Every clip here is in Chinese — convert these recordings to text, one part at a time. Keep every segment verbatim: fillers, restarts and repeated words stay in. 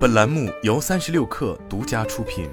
本栏目由三十六氪独家出品。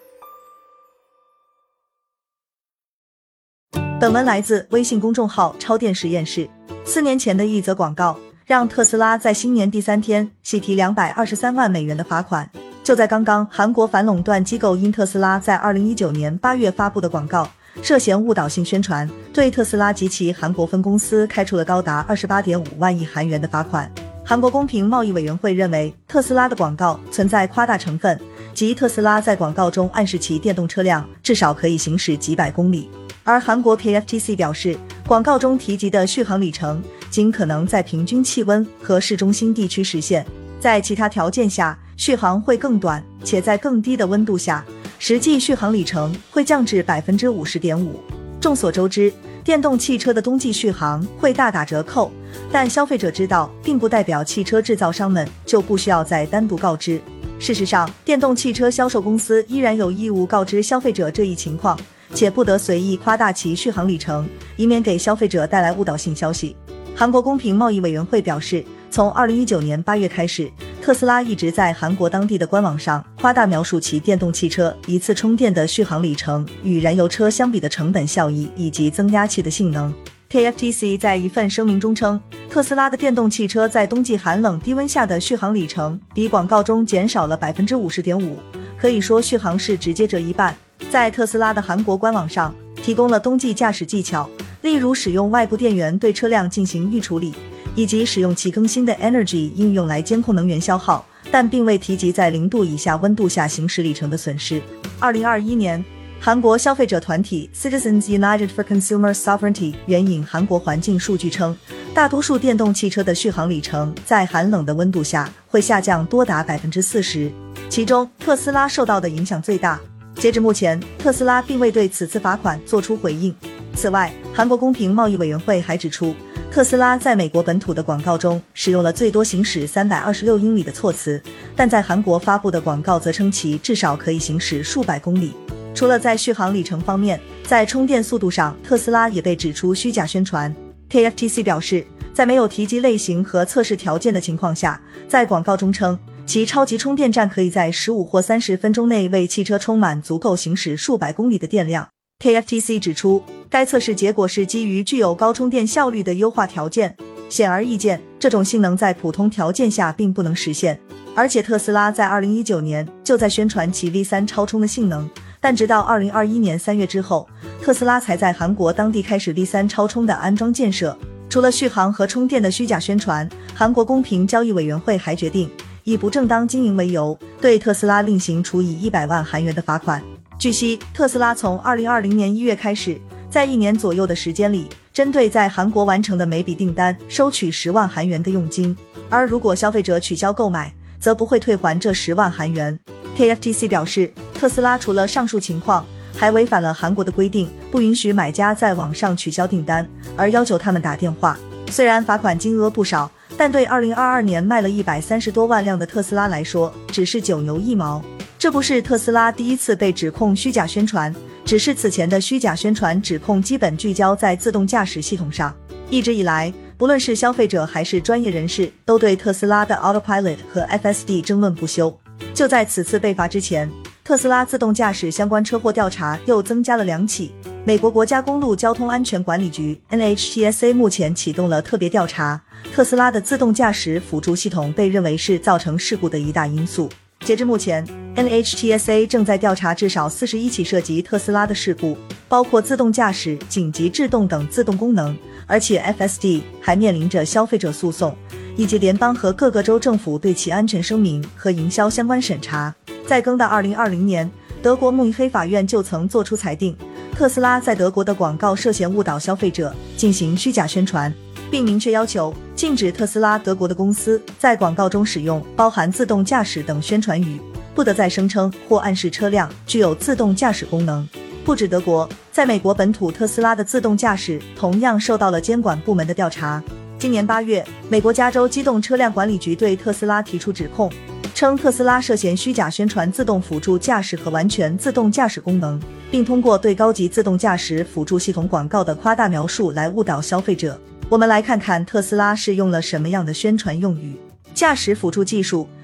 本文来自微信公众号超电实验室。四年前的一则广告，让特斯拉在新年第三天喜提两百二十三万美元的罚款。就在刚刚，韩国反垄断机构因特斯拉在二零一九年八月发布的广告涉嫌误导性宣传，对特斯拉及其韩国分公司开出了高达 二十八点五万亿韩元的罚款。韩国公平贸易委员会认为，特斯拉的广告存在夸大成分，即特斯拉在广告中暗示其电动车辆至少可以行驶几百公里。而韩国 K F T C 表示，广告中提及的续航里程仅可能在平均气温和市中心地区实现，在其他条件下续航会更短，且在更低的温度下，实际续航里程会降至 百分之五十点五。 众所周知，电动汽车的冬季续航会大打折扣，但消费者知道并不代表汽车制造商们就不需要再单独告知。事实上，电动汽车销售公司依然有义务告知消费者这一情况，且不得随意夸大其续航里程，以免给消费者带来误导性消息。韩国公平贸易委员会表示，从二零一九年八月开始，特斯拉一直在韩国当地的官网上夸大描述其电动汽车一次充电的续航里程与燃油车相比的成本效益以及增压器的性能。K F T C 在一份声明中称，特斯拉的电动汽车在冬季寒冷低温下的续航里程比广告中减少了 百分之五十点五， 可以说续航是直接折一半。在特斯拉的韩国官网上提供了冬季驾驶技巧，例如使用外部电源对车辆进行预处理，以及使用其更新的 Energy 应用来监控能源消耗，但并未提及在零度以下温度下行驶里程的损失。二零二一年，韩国消费者团体 Citizens United for Consumer Sovereignty 援引韩国环境数据称，大多数电动汽车的续航里程在寒冷的温度下会下降多达 百分之四十， 其中特斯拉受到的影响最大。截至目前，特斯拉并未对此次罚款做出回应。此外，韩国公平贸易委员会还指出，特斯拉在美国本土的广告中使用了最多行驶三百二十六英里的措辞，但在韩国发布的广告则称其至少可以行驶数百公里。除了在续航里程方面，在充电速度上，特斯拉也被指出虚假宣传。 K F T C 表示，在没有提及类型和测试条件的情况下，在广告中称其超级充电站可以在十五或三十分钟内为汽车充满足够行驶数百公里的电量。 K F T C 指出，该测试结果是基于具有高充电效率的优化条件，显而易见，这种性能在普通条件下并不能实现。而且特斯拉在二零一九年就在宣传其 V 三 超充的性能，但直到二零二一年三月之后，特斯拉才在韩国当地开始 V 三 超充的安装建设。除了续航和充电的虚假宣传，韩国公平交易委员会还决定以不正当经营为由，对特斯拉另行处以一百万韩元的罚款。据悉，特斯拉从二零二零年一月开始，在一年左右的时间里，针对在韩国完成的每笔订单收取十万韩元的佣金，而如果消费者取消购买，则不会退还这十万韩元。 K F T C 表示，特斯拉除了上述情况，还违反了韩国的规定，不允许买家在网上取消订单，而要求他们打电话。虽然罚款金额不少，但对二零二二年卖了一百三十多万辆的特斯拉来说，只是九牛一毛。这不是特斯拉第一次被指控虚假宣传，只是此前的虚假宣传指控基本聚焦在自动驾驶系统上。一直以来，不论是消费者还是专业人士，都对特斯拉的 Autopilot 和 F S D 争论不休。就在此次被罚之前，特斯拉自动驾驶相关车祸调查又增加了两起。美国国家公路交通安全管理局 N H T S A 目前启动了特别调查，特斯拉的自动驾驶辅助系统被认为是造成事故的一大因素。截至目前， N H T S A 正在调查至少四十一起涉及特斯拉的事故，包括自动驾驶、紧急制动等自动功能，而且 F S D 还面临着消费者诉讼，以及联邦和各个州政府对其安全声明和营销相关审查。在更到二零二零年，德国慕尼黑法院就曾作出裁定，特斯拉在德国的广告涉嫌误导消费者进行虚假宣传，并明确要求禁止特斯拉德国的公司在广告中使用包含自动驾驶等宣传语，不得再声称或暗示车辆具有自动驾驶功能。不止德国，在美国本土，特斯拉的自动驾驶同样受到了监管部门的调查。今年八月，美国加州机动车辆管理局对特斯拉提出指控，称特斯拉涉嫌虚假宣传自动辅助驾驶和完全自动驾驶功能，并通过对高级自动驾驶辅助系统广告的夸大描述来误导消费者。我们来看看特斯拉是用了什么样的宣传用语。驾驶辅助技术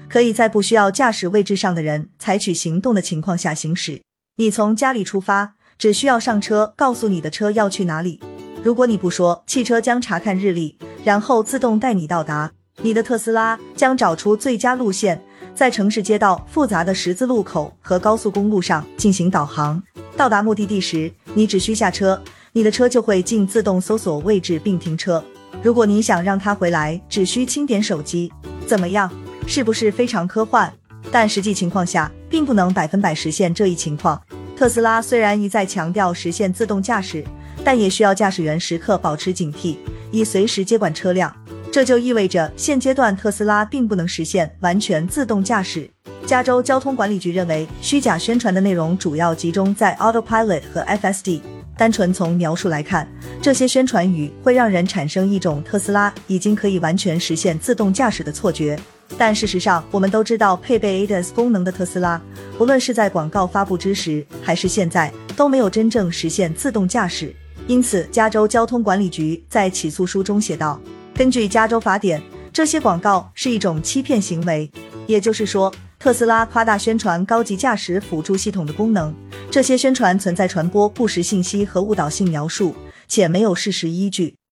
可以在不需要驾驶位置上的人采取行动的情况下行驶。你从家里出发，只需要上车，告诉你的车要去哪里。如果你不说，汽车将查看日历，然后自动带你到达。你的特斯拉将找出最佳路线，在城市街道、复杂的十字路口和高速公路上进行导航。到达目的地时，你只需下车，你的车就会进自动搜索位置并停车。如果你想让它回来，只需轻点手机。怎么样？是不是非常科幻？但实际情况下，并不能百分百实现这一情况。特斯拉虽然一再强调实现自动驾驶，但也需要驾驶员时刻保持警惕，以随时接管车辆。这就意味着现阶段特斯拉并不能实现完全自动驾驶。加州交通管理局认为，虚假宣传的内容主要集中在 Autopilot 和 F S D。单纯从描述来看，这些宣传语会让人产生一种特斯拉已经可以完全实现自动驾驶的错觉。但事实上，我们都知道配备 A D A S 功能的特斯拉，无论是在广告发布之时，还是现在，都没有真正实现自动驾驶。因此，加州交通管理局在起诉书中写道，根据加州法典，这些广告是一种欺骗行为。也就是说，特斯拉夸大宣传高级驾驶辅助系统的功能，这些宣传存在传播不实信息和误导性描述，且没有事实依据。